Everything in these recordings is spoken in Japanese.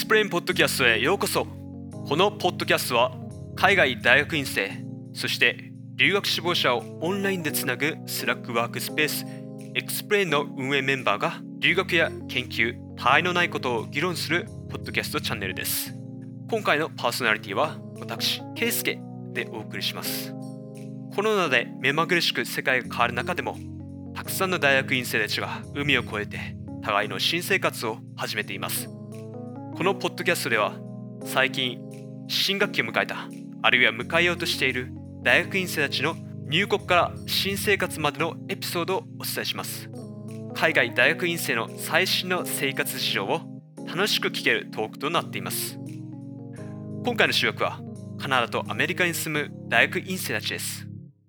プレインポッドキャストへようこそ。このポッドキャストは海外大学院生、そして留学志望者をオンラインでつなぐスラックワークスペースエクスプレインの運営メンバーが留学や研究、他愛のないことを議論するポッドキャストチャンネルです。今回のパーソナリティは私、ケイスケでお送りします。コロナで目まぐるしく世界が変わる中でも、たくさんの大学院生たちが海を越えて互いの新生活を始めています。このポッドキャストでは最近新学期を迎えた、あるいは迎えようとしている大学院生たちの入国から新生活までのエピソードをお伝えします。海外大学院生の最新の生活事情を楽しく聞けるトークとなっています。今回の主役はカナダとアメリカに住む大学院生たちです。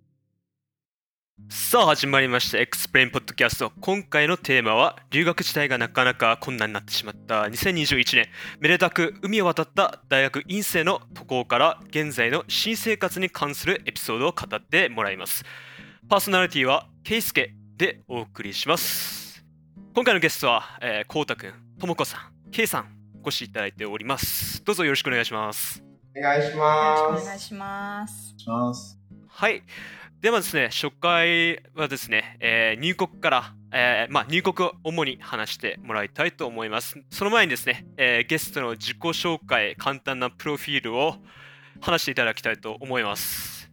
さあ始まりました Explain Podcast。 今回のテーマは留学自体がなかなか困難になってしまった2021年、めでたく海を渡った大学院生の渡航から現在の新生活に関するエピソードを語ってもらいます。パーソナリティはケイスケでお送りします。今回のゲストは、こうたくん、ともこさん、ケイさんお越しいただいております。どうぞよろしくお願いします。 お願いします。 お願いします。 はい。ではですね、初回はですね、入国から、入国を主に話してもらいたいと思います。その前にですね、ゲストの自己紹介、簡単なプロフィールを話していただきたいと思います。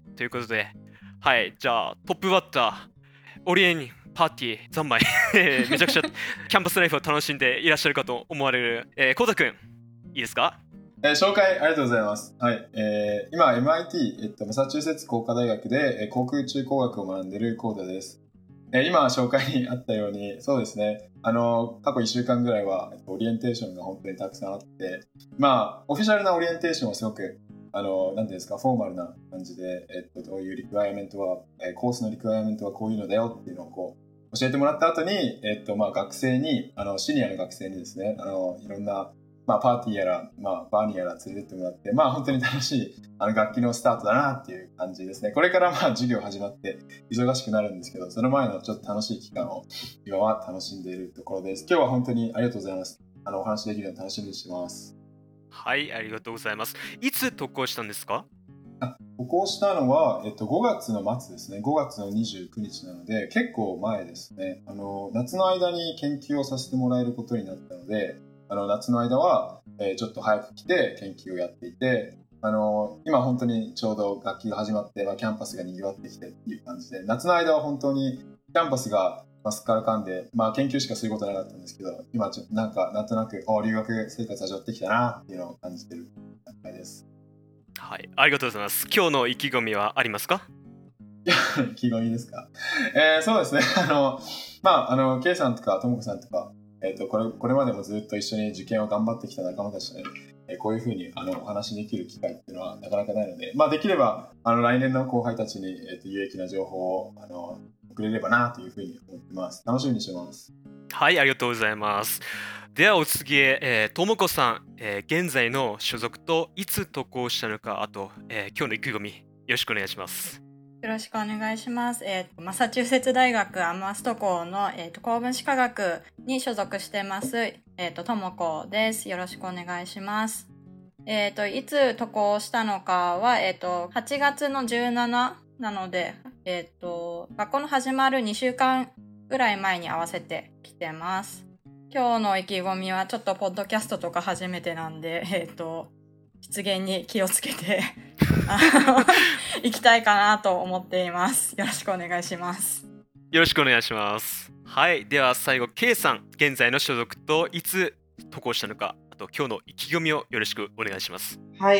ということで、はい、じゃあトップバッター、オリエンパーティー三昧めちゃくちゃキャンパスライフを楽しんでいらっしゃるかと思われる、こうたくん、いいですか？ 紹介ありがとうございます。はい、今 MIT、マサチューセッツ工科大学で、航空宇宙工学を学んでいるコーダです。今紹介にあったように、そうですね、過去1週間ぐらいはオリエンテーションが本当にたくさんあって、オフィシャルなオリエンテーションはすごくなんていうんですか、フォーマルな感じで、どういうリクワイアメントは、コースのリクワイアメントはこういうのだよっていうのをこう教えてもらった後に、学生にシニアの学生にですね、いろんなパーティーやら、バーにやら連れてってもらって、本当に楽しい楽器のスタートだなっていう感じですね。これから授業始まって忙しくなるんですけど、その前のちょっと楽しい期間を今は楽しんでいるところです。今日は本当にありがとうございます。お話できるのを楽しみにしてます。 はい、ありがとうございます。いつ渡航したんですか？ 渡航したのは、5月の末ですね。5月の29日なので、結構前ですね。夏の間に研究をさせてもらえることになったので、夏の間は、ちょっと早く来て研究をやっていて、今本当にちょうど学期が始まって、キャンパスが賑わってきてっていう感じで、夏の間は本当にキャンパスがすっからかんで、研究しかすることなかったんですけど、今ちょっとなんとなく留学生活始まってきたなっていうのを感じてる段階です。 はい、ありがとうございます。今日の意気込みはありますか？ 意気込みですか？そうですね。K さんとかともこさんとか、これまでもずっと一緒に受験を頑張ってきた仲間たちで、こういうふうにお話できる機会っていうのはなかなかないので、できれば来年の後輩たちに、有益な情報を送れればなというふうに思ってます。楽しみにしてます。 はい、ありがとうございます。ではお次へ、ともこさん、現在の所属といつ渡航したのか、あと、今日の意気込みよろしくお願いします。 よろしくお願いします。マサチューセッツ大学アマスト校の、高分子化学に所属してます、ともこです。よろしくお願いします。いつ渡航したのかは、8月の17なので、学校の始まる2週間ぐらい前に合わせて来てます。今日の意気込みはちょっとポッドキャストとか初めてなんで、失言に気をつけて行きたいかなと思っています。よろしくお願いします。 よろしくお願いします。はい、では最後 K さん、現在の所属といつ渡航したのか、あと今日の意気込みをよろしくお願いします。 はい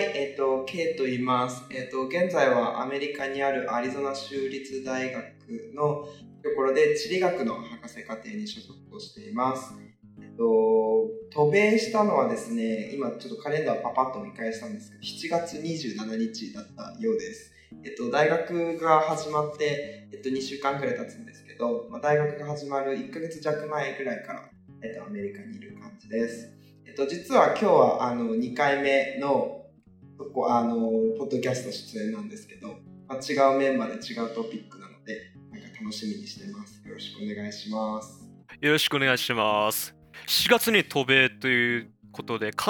、K と言います。現在はアメリカにあるアリゾナ州立大学のところで地理学の博士課程に所属をしています。渡米したのはですね、今ちょっとカレンダーパパッと見返したんですけど、7月27日だったようです。大学が始まって、2週間くらい経つんですけど、大学が始まる1ヶ月弱前くらいから、アメリカにいる感じです。実は今日は2回目のポッドキャスト出演なんですけど、違うメンバーで違うトピックなので、楽しみにしてます。よろしくお願いします。 よろしくお願いします。4月に渡米ということでかなり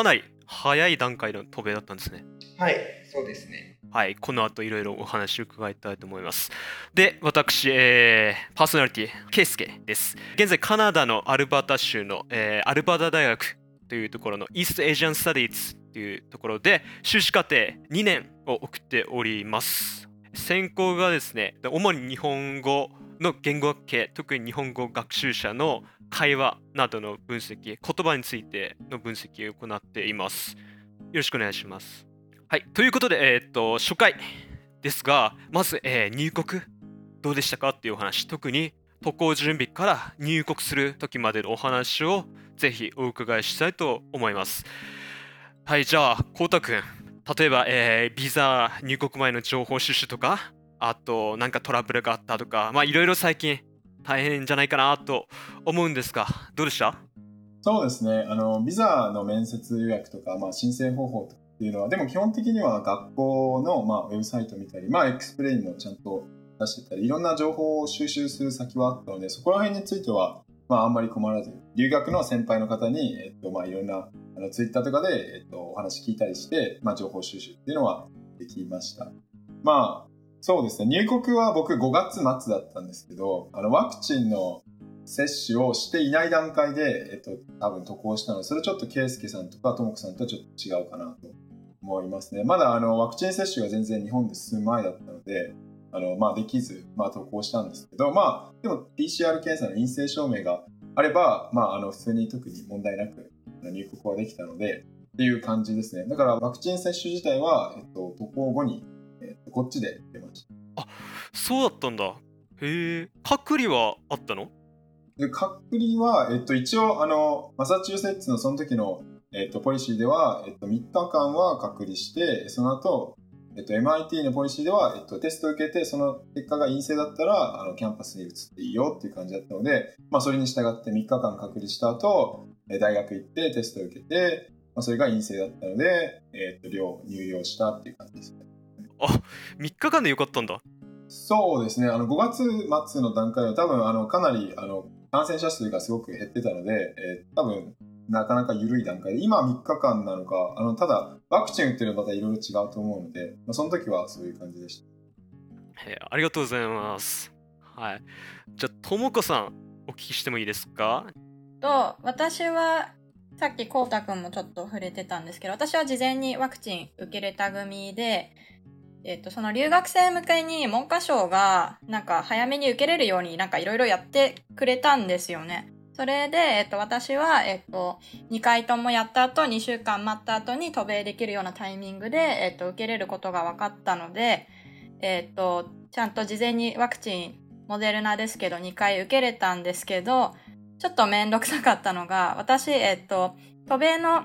早い段階の渡米だったんですね。 はい、そうですね。 はい、この後いろいろお話を伺いたいと思います。で、私、パーソナリティ、ケイスケです。現在、カナダのアルバータ州の、アルバータ大学というところのイーストエイジアン・スタディーズというところで、修士課程2年を送っております。専攻がですね、主に日本語の言語学系、特に日本語学習者の会話などの分析、言葉についての分析を行っています。よろしくお願いします。はい、ということで、初回ですが、まず、入国どうでしたかっていうお話、特に渡航準備から入国する時までのお話をぜひお伺いしたいと思います。はい、じゃあ、こうたくん、例えば、ビザ入国前の情報収集とか、あと、なんかトラブルがあったとか、まあ、いろいろ最近大変じゃないかなと思うんですが、どうでした？ そうですね。ビザの面接予約とか、申請方法っていうのは、でも基本的には学校の、ウェブサイト見たり、エクスプレインもちゃんと出してたり、いろんな情報を収集する先はあったので、そこら辺については、あんまり困らず、留学の先輩の方に、いろんなツイッターとかで、お話聞いたりして、情報収集っていうのはできました。そうですね。入国は僕5月末だったんですけど、ワクチンの接種をしていない段階で、多分渡航したので、それちょっとケイスケさんとかともこさんとはちょっと違うかなと思いますね。まだワクチン接種が全然日本で進む前だったので、できず、渡航したんですけど、でも PCR 検査の陰性証明があれば、普通に特に問題なく入国はできたので、っていう感じですね。だからワクチン接種自体は、渡航後に、こっちで出ました。 あ、そうだったんだ。へえ。隔離はあったの？ で隔離は、一応マサチューセッツのその時の、ポリシーでは、3日間は隔離して、その後、MIT のポリシーでは、テストを受けて、その結果が陰性だったらキャンパスに移っていいよっていう感じだったので、それに従って3日間隔離した後、大学行ってテストを受けて、それが陰性だったので、入寮したっていう感じですね。 あ、3日間でよかったんだ。 そうですね。5月末の段階は多分かなり感染者数がすごく減ってたので、多分なかなか緩い段階で、今3日間なのか、ただワクチン打ってるのはまたいろいろ違うと思うので、その時はそういう感じでした。 ありがとうございます。はい。じゃあ、ともこさん、お聞きしてもいいですか？ 私はさっきこうたくんもちょっと触れてたんですけど、私は事前にワクチン受けれた組で、その留学生向けに文科省がなんか早めに受けれるようになんかいろいろやってくれたんですよね。それで、私は、2回ともやった後、2週間待った後に渡米できるようなタイミングで、受けれることが分かったので、ちゃんと事前にワクチン、モデルナですけど、2回受けれたんですけど、ちょっとめんどくさかったのが、私、渡米の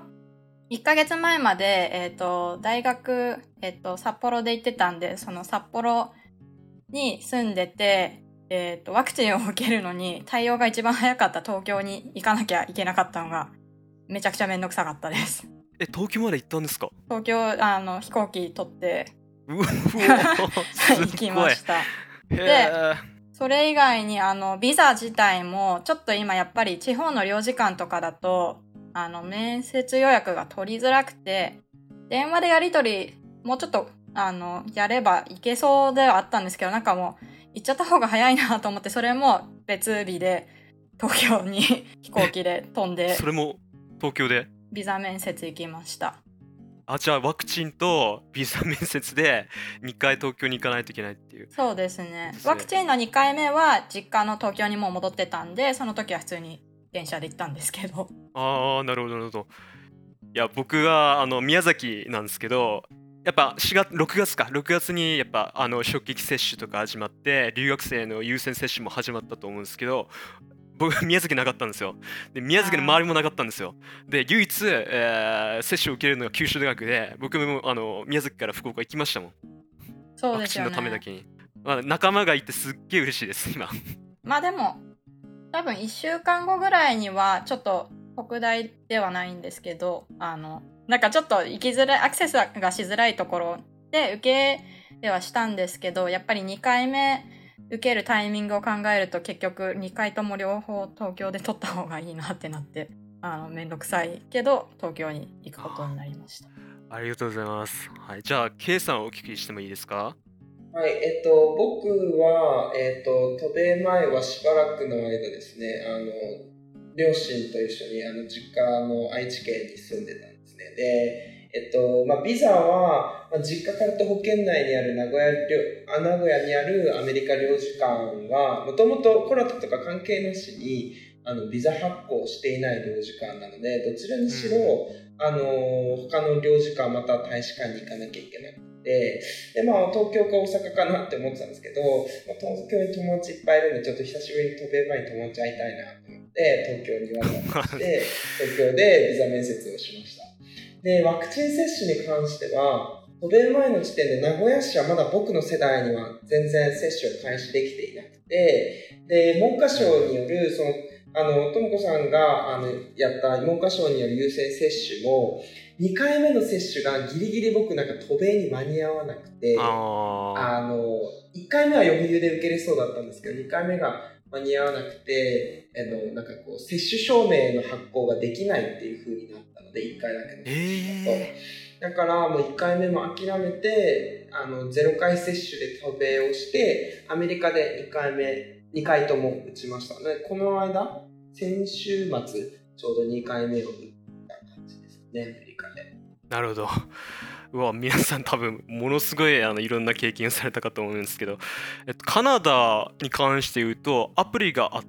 1ヶ月前まで、大学、札幌で行ってたんで、その札幌に住んでて、ワクチンを受けるのに対応が一番早かった東京に行かなきゃいけなかったのがめちゃくちゃめんどくさかったです。 東京まで行ったんですか？ 東京、飛行機取って行きました。で、それ以外にビザ自体もちょっと今やっぱり地方の領事館とかだと面接予約が取りづらくて、電話でやり取りもうちょっとやればいけそうではあったんですけど、なんかもう行っちゃった方が早いなと思って、それも別日で東京に飛行機で飛んでそれも東京でビザ面接行きました。 じゃあワクチンとビザ面接で2回東京に行かないといけないっていう。 そうですね。ワクチンの2回目は実家の東京にもう戻ってたんで、その時は普通に電車で行ったんですけど。 なるほどなるほど。いや、僕は宮崎なんですけど、やっぱ6月にやっぱ職域接種とか始まって、留学生の優先接種も始まったと思うんですけど、僕宮崎なかったんですよ。で、宮崎の周りもなかったんですよ。で、唯一、接種を受けるのが九州大学で、僕も宮崎から福岡行きましたもん。 そうですよね。 ワクチンのためだけに。仲間がいてすっげえ嬉しいです今。 でも多分1週間後ぐらいにはちょっと北大ではないんですけど、なんかちょっと行きづらい、アクセスがしづらいところで受けではしたんですけど、やっぱり2回目受けるタイミングを考えると結局2回とも両方東京で取った方がいいなってなって、 めんどくさいけど東京に行くことになりました。 ありがとうございます。はい、じゃあ K さんをお聞きしてもいいですか？ はい、僕は、渡米前はしばらくの間ですね、両親と一緒に、実家の愛知県に住んでたんですね。で、ビザは、実家から徒歩圏内にある名古屋にあるアメリカ領事館は、もともとコロナとか関係なしに、ビザ発行していない領事館なので、どちらにしろ、他の領事館または大使館に行かなきゃいけなくて、で、東京か大阪かなって思ってたんですけど、東京に友達いっぱいいるんで、ちょっと久しぶりに渡米前に友達会いたいなと思って、東京にわざわざして、東京でビザ面接をしました。で、ワクチン接種に関しては、渡米前の時点で名古屋市はまだ僕の世代には全然接種を開始できていなくて、で、文科省による、ともこさんがやった文科省による優先接種も、2回目の接種がギリギリ僕なんか渡米に間に合わなくて、1回目は余裕で受けれそうだったんですけど、2回目が間に合わなくて、なんかこう、接種証明の発行ができないっていう風になったので、1回だけの接種だと。だからもう1回目も諦めて、0回接種で渡米をして、アメリカで2回とも打ちました。で、この間、先週末、ちょうど2回目を打った感じですね、アメリカで。 なるほど。うわ、皆さん多分ものすごいいろんな経験をされたかと思うんですけど、カナダに関して言うとアプリがあって、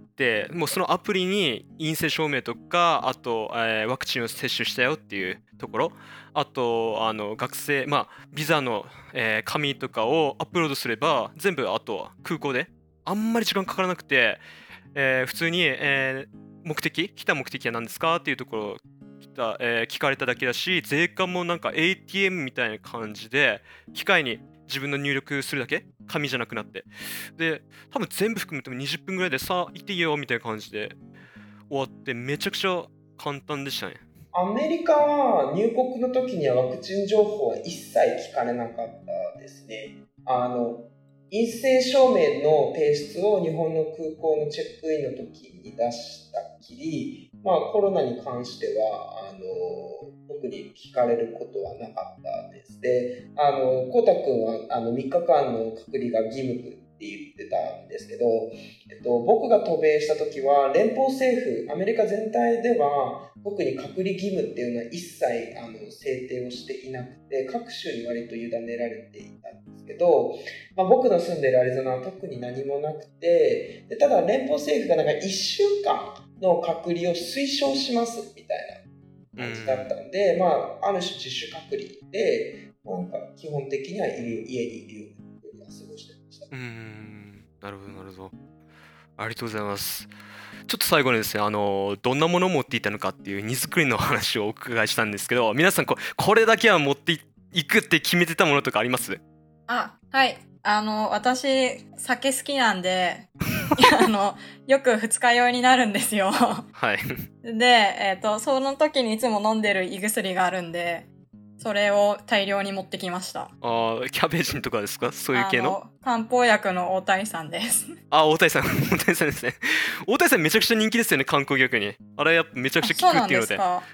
もうそのアプリに陰性証明とか、あと、ワクチンを接種したよっていうところ、あと学生、ビザの、紙とかをアップロードすれば全部、あとは空港であんまり時間かからなくて、普通に、来た目的は何ですかっていうところ聞かれただけだし、税関もなんか ATM みたいな感じで機械に自分の入力するだけ、紙じゃなくなって、で多分全部含めても20分ぐらいでさあ行っていいよみたいな感じで終わって、めちゃくちゃ簡単でしたね。 アメリカは入国の時にはワクチン情報は一切聞かれなかったですね。陰性証明の提出を日本の空港のチェックインの時に出したきり、コロナに関しては特に聞かれることはなかったです。で、コウタ君は3日間の隔離が義務って言ってたんですけど、僕が渡米した時は連邦政府、アメリカ全体では特に隔離義務っていうのは一切制定をしていなくて、各州に割と委ねられていたんですけど、僕の住んでいるアリゾナは特に何もなくて、でただ連邦政府がなんか1週間の隔離を推奨しますみたいな感じだったんで、ある種自主隔離で、なんか基本的には家にいるような過ごしてました。 なるほどなるほど、ありがとうございます。ちょっと最後にですね、どんなものを持っていたのかっていう荷造りの話をお伺いしたんですけど、皆さんこれだけは持っていくって決めてたものとかあります？ はい。私、酒好きなんで、よく二日酔いになるんですよ。 はい。 で、その時にいつも飲んでる胃薬があるんで、それを大量に持ってきました。 キャベジンとかですか？そういう系の？ 漢方薬の大谷さんです。 大谷さんですね。大谷さんめちゃくちゃ人気ですよね、観光客に。あれやっぱめちゃくちゃ効くっていうので。はい。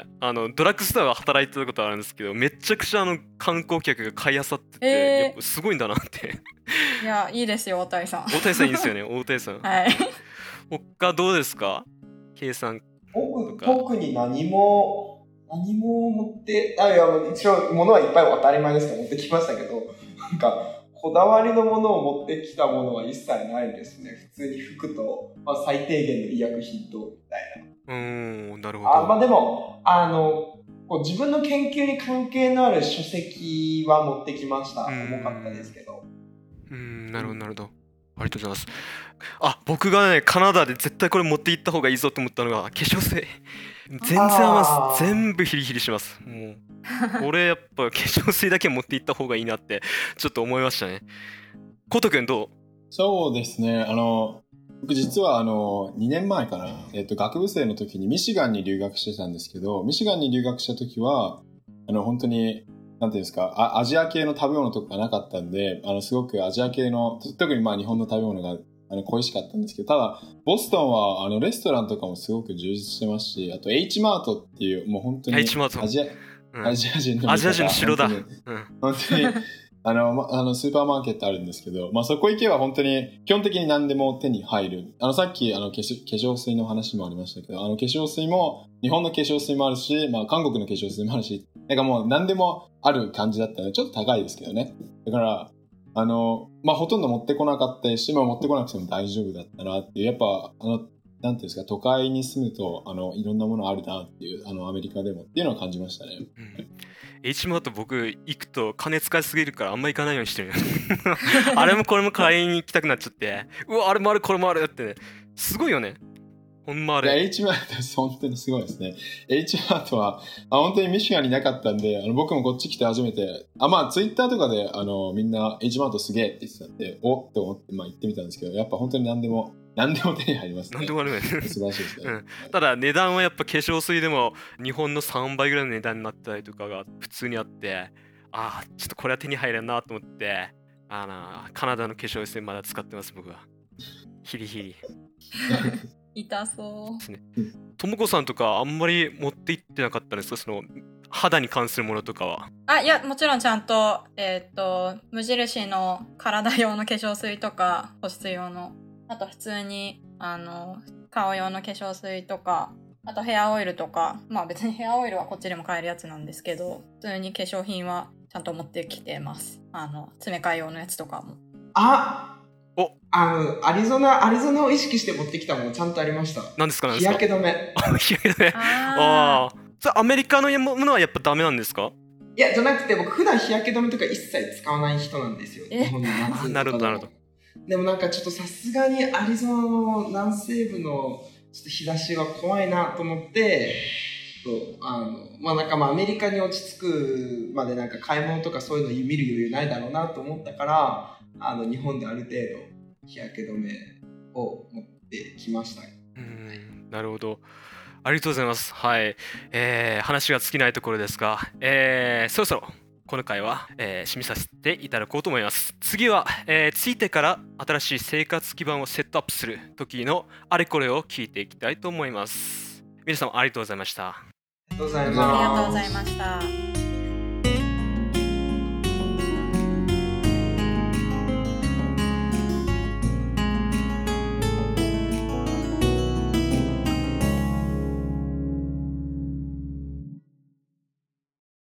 ドラッグストアが働いてたことあるんですけど、めちゃくちゃ観光客が買い漁ってて、やっぱすごいんだなって。 いや、いいですよ、大谷さん。 大谷さんいいですよね、大谷さん。 はい。 他どうですか？ K さん。 特に何も持って、一応物はいっぱい当たり前ですけど持ってきましたけど、なんかこだわりのものを持ってきたものは一切ないですね。普通に服と、最低限の医薬品とみたいな。 なるほど。 でも自分の研究に関係のある書籍は持ってきました。重かったですけど。 なるほどなるほど。ありがとうございます。僕がね、カナダで絶対これ持って行った方がいいぞと思ったのが化粧水。全部ヒリヒリします。もうこれやっぱ化粧水だけ持って行った方がいいなってちょっと思いましたね。コト君どう？ そうですね。僕実は2年前かな、学部生の時にミシガンに留学してたんですけど、ミシガンに留学した時は本当になんていうんですか、アジア系の食べ物とかがなかったんで、すごくアジア系の、特に日本の食べ物が恋しかったんですけど、ただボストンはレストランとかもすごく充実してますし、あと H マートっていうもう本当に H マートアジア人のアジア人の城だ。 本当にスーパーマーケットあるんですけど、そこ行けば本当に基本的に何でも手に入る。さっき化粧水の話もありましたけど、化粧水も日本の化粧水もあるし、韓国の化粧水もあるし、なんかもう何でもある感じだったので、ちょっと高いですけどね。だからほとんど持ってこなかったし、持ってこなくても大丈夫だったなっていう、やっぱなんていうんですか、都会に住むといろんなものあるなっていう、アメリカでもっていうのを感じましたね。 H マート僕行くと金使いすぎるからあんま行かないようにしてるあれもこれも買いに行きたくなっちゃって、うわあれもあるこれもあるだって、ね、すごいよね。ほんまあれ。 H マート本当にすごいですね。H マートは本当にミシガンになかったんで、僕もこっち来て初めてツイッターとかでみんな H マートすげえって言ってたんで、おって思って行ってみたんですけど、やっぱ本当に何でも手に入りますね。 何でもあるね。 素晴らしいですね。 ただ値段はやっぱ化粧水でも日本の3倍ぐらいの値段になったりとかが普通にあって、ちょっとこれは手に入らんなと思って、カナダの化粧水まだ使ってます僕は。ヒリヒリ。 痛そうですね。 ともこさんとかあんまり持って行ってなかったんですか、その肌に関するものとかは。 いや、もちろんちゃんと、無印の体用の化粧水とか保湿用の、あと普通に顔用の化粧水とか、あとヘアオイルとか、別にヘアオイルはこっちでも買えるやつなんですけど、普通に化粧品はちゃんと持ってきてます。詰め替え用のやつとかも。 アリゾナを意識して持ってきたものちゃんとありました。 何ですか？ 日焼け止め。 日焼け止め。それアメリカのものはやっぱダメなんですか？ いや、じゃなくて僕普段日焼け止めとか一切使わない人なんですよ。日本の夏とかでも。 なるほどなるほど。 でもなんかちょっとさすがにアリゾナの南西部のちょっと日差しは怖いなと思って、なんかアメリカに落ち着くまでなんか買い物とかそういうの見る余裕ないだろうなと思ったから、日本である程度日焼け止めを持ってきました。 なるほど。ありがとうございます。はい。話が尽きないところですが、そろそろこの回は、締めさせていただこうと思います。次は、ついてから新しい生活基盤をセットアップする時のあれこれを聞いていきたいと思います。皆様ありがとうございました。 ありがとうございます。 ありがとうございました。